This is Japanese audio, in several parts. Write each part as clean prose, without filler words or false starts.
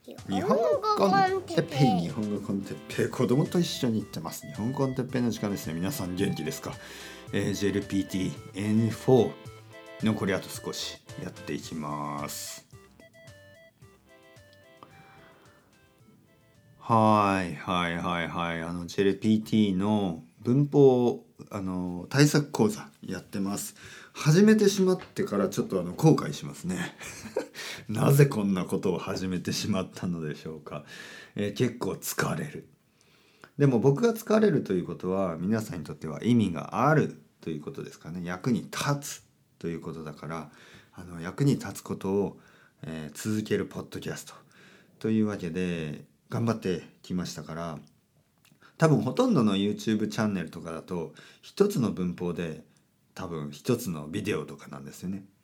日本語コンテッペイ、日本語コンテッペイ、子供と一緒に行ってます。日本語コンテッペイの時間ですね。皆さん元気ですか？JLPT N4 残りあと少しやっていきます。JLPT の文法対策講座やってます。始めてしまってからちょっと後悔しますねなぜこんなことを始めてしまったのでしょうか。結構疲れる。でも僕が疲れるということは皆さんにとっては意味があるということですかね。役に立つということだから、役に立つことを、続けるポッドキャストというわけで頑張ってきましたから、多分ほとんどの YouTube チャンネルとかだと一つの文法で多分一つのビデオとかなんですよね。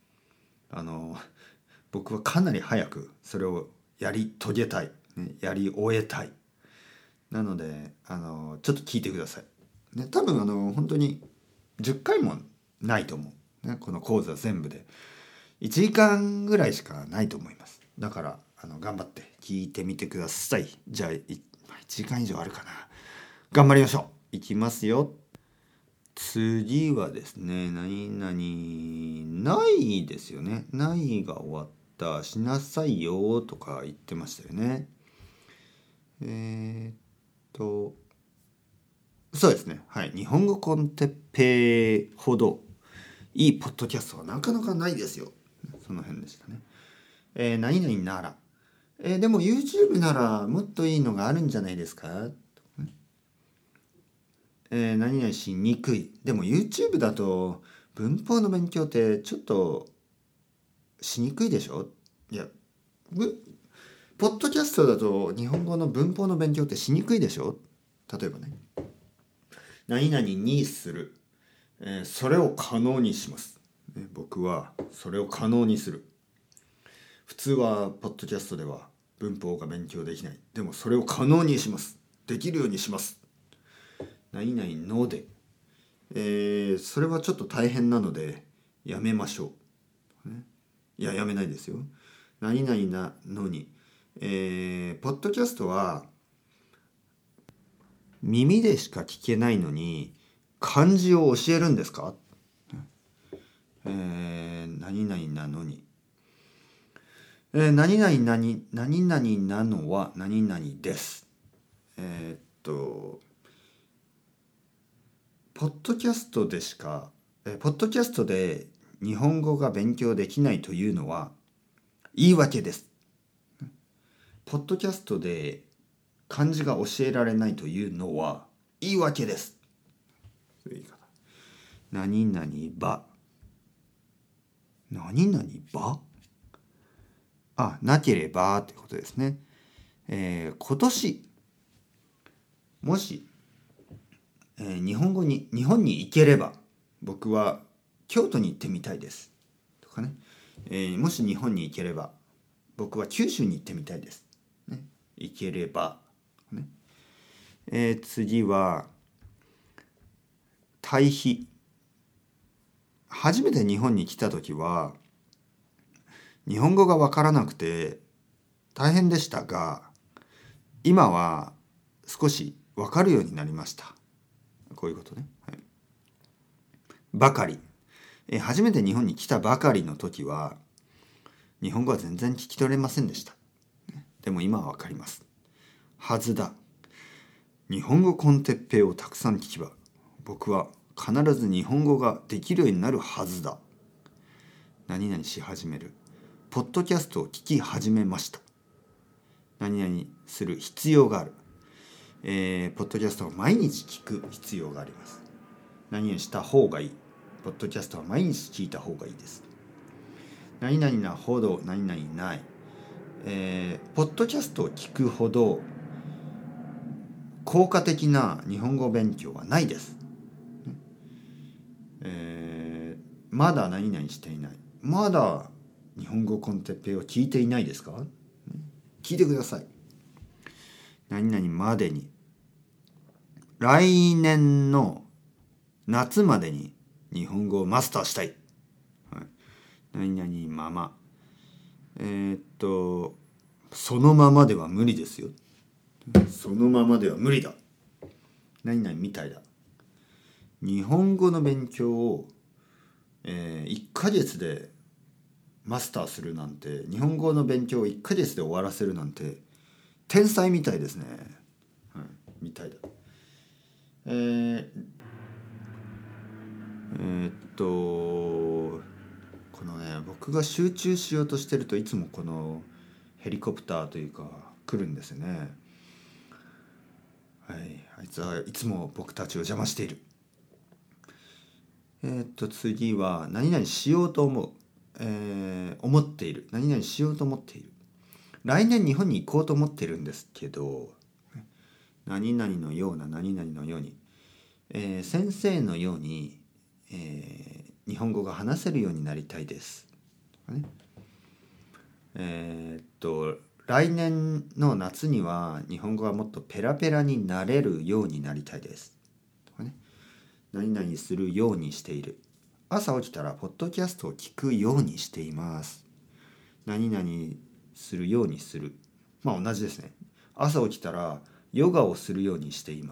僕はかなり早くそれをやり遂げたい、ね、やり終えたい。なのでちょっと聞いてください、ね、多分本当に10回もないと思う、ね、この講座全部で1時間ぐらいしかないと思います。だから頑張って聞いてみてください。じゃあ1時間以上あるかな。頑張りましょう。いきますよ。次はですね、何々ないですよね。ないが終わった。しなさいよとか言ってましたよね。そうですね。はい。日本語コンテッペイほどいいポッドキャストはなかなかないですよ。その辺でしたね。何々なら。でも YouTube ならもっといいのがあるんじゃないですか。何々しにくい。でも YouTube だと文法の勉強ってちょっとしにくいでしょ。いや、ポッドキャストだと日本語の文法の勉強ってしにくいでしょ。例えばね、何々にする、それを可能にします、僕はそれを可能にする。普通はポッドキャストでは文法が勉強できない。でもそれを可能にします。できるようにします。何々ので、それはちょっと大変なのでやめましょう、ね、いややめないですよ。何々なのに、ポッドキャストは耳でしか聞けないのに漢字を教えるんですか？何々なのに、何々何々なのは何々です。ポッドキャストでしか、ポッドキャストで日本語が勉強できないというのは言い訳です。ポッドキャストで漢字が教えられないというのは言い訳です。そういう言い方。何々ば。何々ば？なければってことですね。今年もし、日本に行ければ僕は京都に行ってみたいですとかね、もし日本に行ければ僕は九州に行ってみたいです、ね、行ければ、ね。次は対比。初めて日本に来た時は日本語が分からなくて大変でしたが、今は少し分かるようになりました。こういうことね、はい、ばかり、初めて日本に来たばかりの時は日本語は全然聞き取れませんでした。でも今は分かります。はずだ。日本語コンテッペイをたくさん聞けば僕は必ず日本語ができるようになるはずだ。何々し始める。ポッドキャストを聞き始めました。何々する必要がある。ポッドキャストを毎日聞く必要があります。何々した方がいい。ポッドキャストは毎日聞いた方がいいです。何々なほど何々ない。ポッドキャストを聞くほど効果的な日本語勉強はないです。まだ何々していない。まだ日本語コンテッペイを聞いていないですか？聞いてください。何々までに、来年の夏までに日本語をマスターしたい、 そのままでは無理ですよ。そのままでは無理だ。何々みたいだ。日本語の勉強を、1ヶ月でマスターするなんて、日本語の勉強を1ヶ月で終わらせるなんて天才みたいですね。みたいだ。このね、僕が集中しようとしてるといつもこのヘリコプターというか来るんですよね。はい、あいつはいつも僕たちを邪魔している。次は何々しようと思う、思っている、何々しようと思っている。来年日本に行こうと思ってるんですけど、何々のような何々のように、先生のように、日本語が話せるようになりたいです。来年の夏には日本語がもっとペラペラになれるようになりたいです。何々するようにしている。朝起きたらポッドキャストを聞くようにしています。何々するようにする。同じですね。朝起きたらヨガをするようにしています。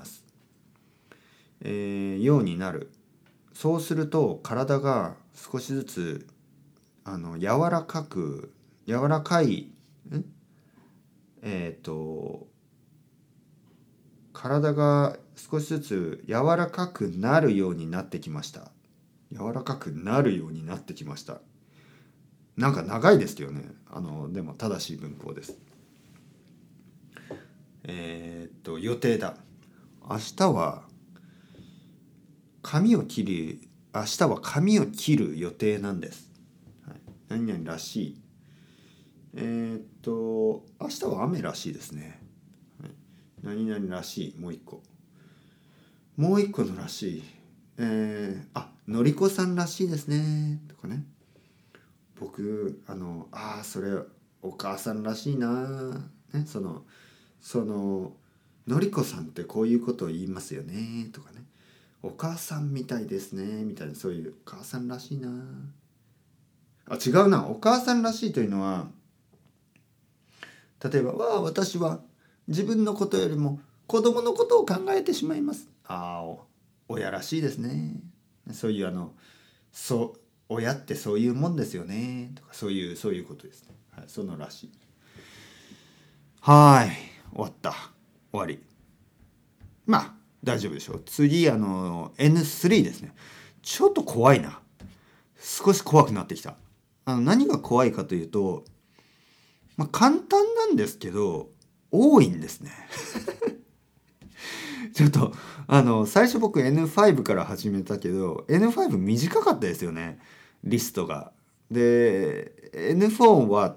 ようになる。そうすると体が少しずつ柔らかい体が少しずつ柔らかくなるようになってきました。柔らかくなるようになってきました。なんか長いですけどね。でも正しい文法です。予定だ。明日は髪を切る予定なんです。何々らしい。明日は雨らしいですね。何々らしい。もう一個のらしい。のりこさんらしいですね。とかね。僕それお母さんらしいな。ね、そののりこさんってこういうことを言いますよね。とかね。お母さんみたいですね。みたいな、そういうお母さんらしいな。違うな。お母さんらしいというのは、例えば私は自分のことよりも子供のことを考えてしまいます。親らしいですね。そういう親ってそういうもんですよね。とかそういうことですね。そのらしい。終わった。終わり。大丈夫でしょう。次N3 ですね。ちょっと怖いな。少し怖くなってきた。何が怖いかというと、簡単なんですけど多いんですね。ちょっと最初僕 N5 から始めたけど N5 短かったですよね、リストが。で N4 は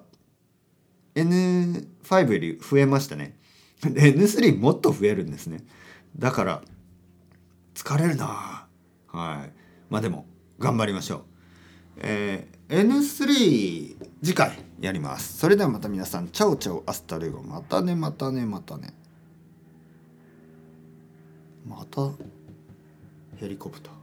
N5 より増えましたね。で N3 もっと増えるんですね。だから疲れるな。でも頑張りましょう。N3 次回やります。それではまた皆さん、チャオチャオアスタレゴ。またね。またヘリコプター。